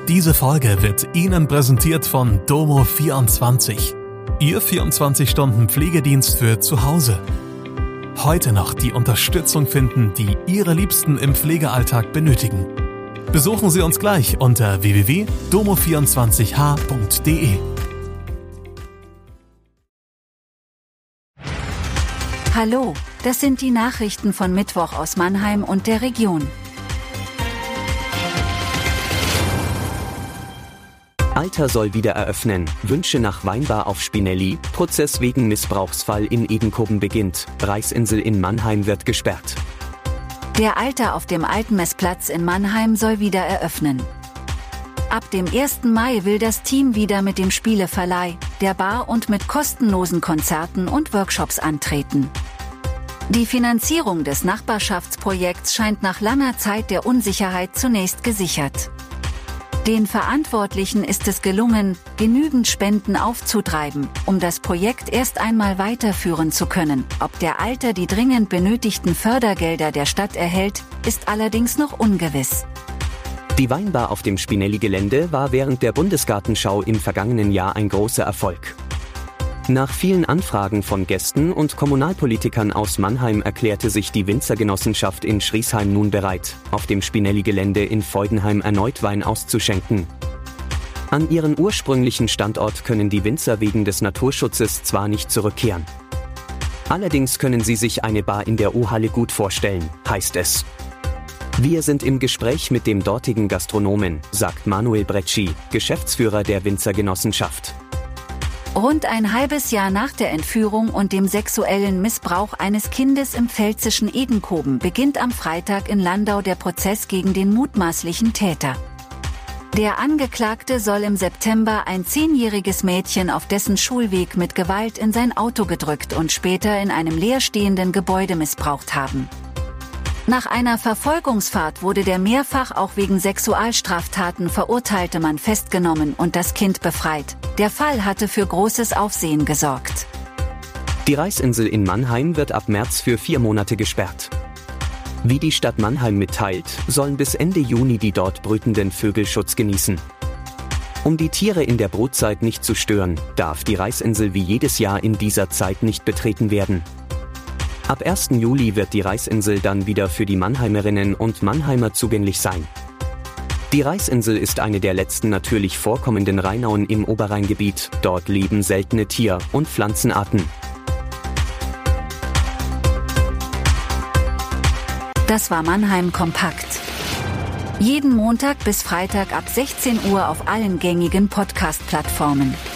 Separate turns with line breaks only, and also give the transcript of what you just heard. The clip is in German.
Diese Folge wird Ihnen präsentiert von Domo24. Ihr 24-Stunden-Pflegedienst für zu Hause. Heute noch die Unterstützung finden, die Ihre Liebsten im Pflegealltag benötigen. Besuchen Sie uns gleich unter www.domo24h.de.
Hallo, das sind die Nachrichten von Mittwoch aus Mannheim und der Region.
Alter soll wieder eröffnen, Wünsche nach Weinbar auf Spinelli, Prozess wegen Missbrauchsfall in Edenkoben beginnt, Reichsinsel in Mannheim wird gesperrt.
Der Alter auf dem Alten Messplatz in Mannheim soll wieder eröffnen. Ab dem 1. Mai will das Team wieder mit dem Spieleverleih, der Bar und mit kostenlosen Konzerten und Workshops antreten. Die Finanzierung des Nachbarschaftsprojekts scheint nach langer Zeit der Unsicherheit zunächst gesichert. Den Verantwortlichen ist es gelungen, genügend Spenden aufzutreiben, um das Projekt erst einmal weiterführen zu können. Ob der Alter die dringend benötigten Fördergelder der Stadt erhält, ist allerdings noch ungewiss.
Die Weinbar auf dem Spinelli-Gelände war während der Bundesgartenschau im vergangenen Jahr ein großer Erfolg. Nach vielen Anfragen von Gästen und Kommunalpolitikern aus Mannheim erklärte sich die Winzergenossenschaft in Schriesheim nun bereit, auf dem Spinelli-Gelände in Feudenheim erneut Wein auszuschenken. An ihren ursprünglichen Standort können die Winzer wegen des Naturschutzes zwar nicht zurückkehren. Allerdings können sie sich eine Bar in der O-Halle gut vorstellen, heißt es. Wir sind im Gespräch mit dem dortigen Gastronomen, sagt Manuel Brecci, Geschäftsführer der Winzergenossenschaft.
Rund ein halbes Jahr nach der Entführung und dem sexuellen Missbrauch eines Kindes im pfälzischen Edenkoben beginnt am Freitag in Landau der Prozess gegen den mutmaßlichen Täter. Der Angeklagte soll im September ein 10-jähriges Mädchen auf dessen Schulweg mit Gewalt in sein Auto gedrückt und später in einem leerstehenden Gebäude missbraucht haben. Nach einer Verfolgungsfahrt wurde der mehrfach auch wegen Sexualstraftaten verurteilte Mann festgenommen und das Kind befreit. Der Fall hatte für großes Aufsehen gesorgt.
Die Reichsinsel in Mannheim wird ab März für 4 Monate gesperrt. Wie die Stadt Mannheim mitteilt, sollen bis Ende Juni die dort brütenden Vögel Schutz genießen. Um die Tiere in der Brutzeit nicht zu stören, darf die Reichsinsel wie jedes Jahr in dieser Zeit nicht betreten werden. Ab 1. Juli wird die Reichsinsel dann wieder für die Mannheimerinnen und Mannheimer zugänglich sein. Die Reichsinsel ist eine der letzten natürlich vorkommenden Rheinauen im Oberrheingebiet. Dort leben seltene Tier- und Pflanzenarten.
Das war Mannheim Kompakt. Jeden Montag bis Freitag ab 16 Uhr auf allen gängigen Podcast-Plattformen.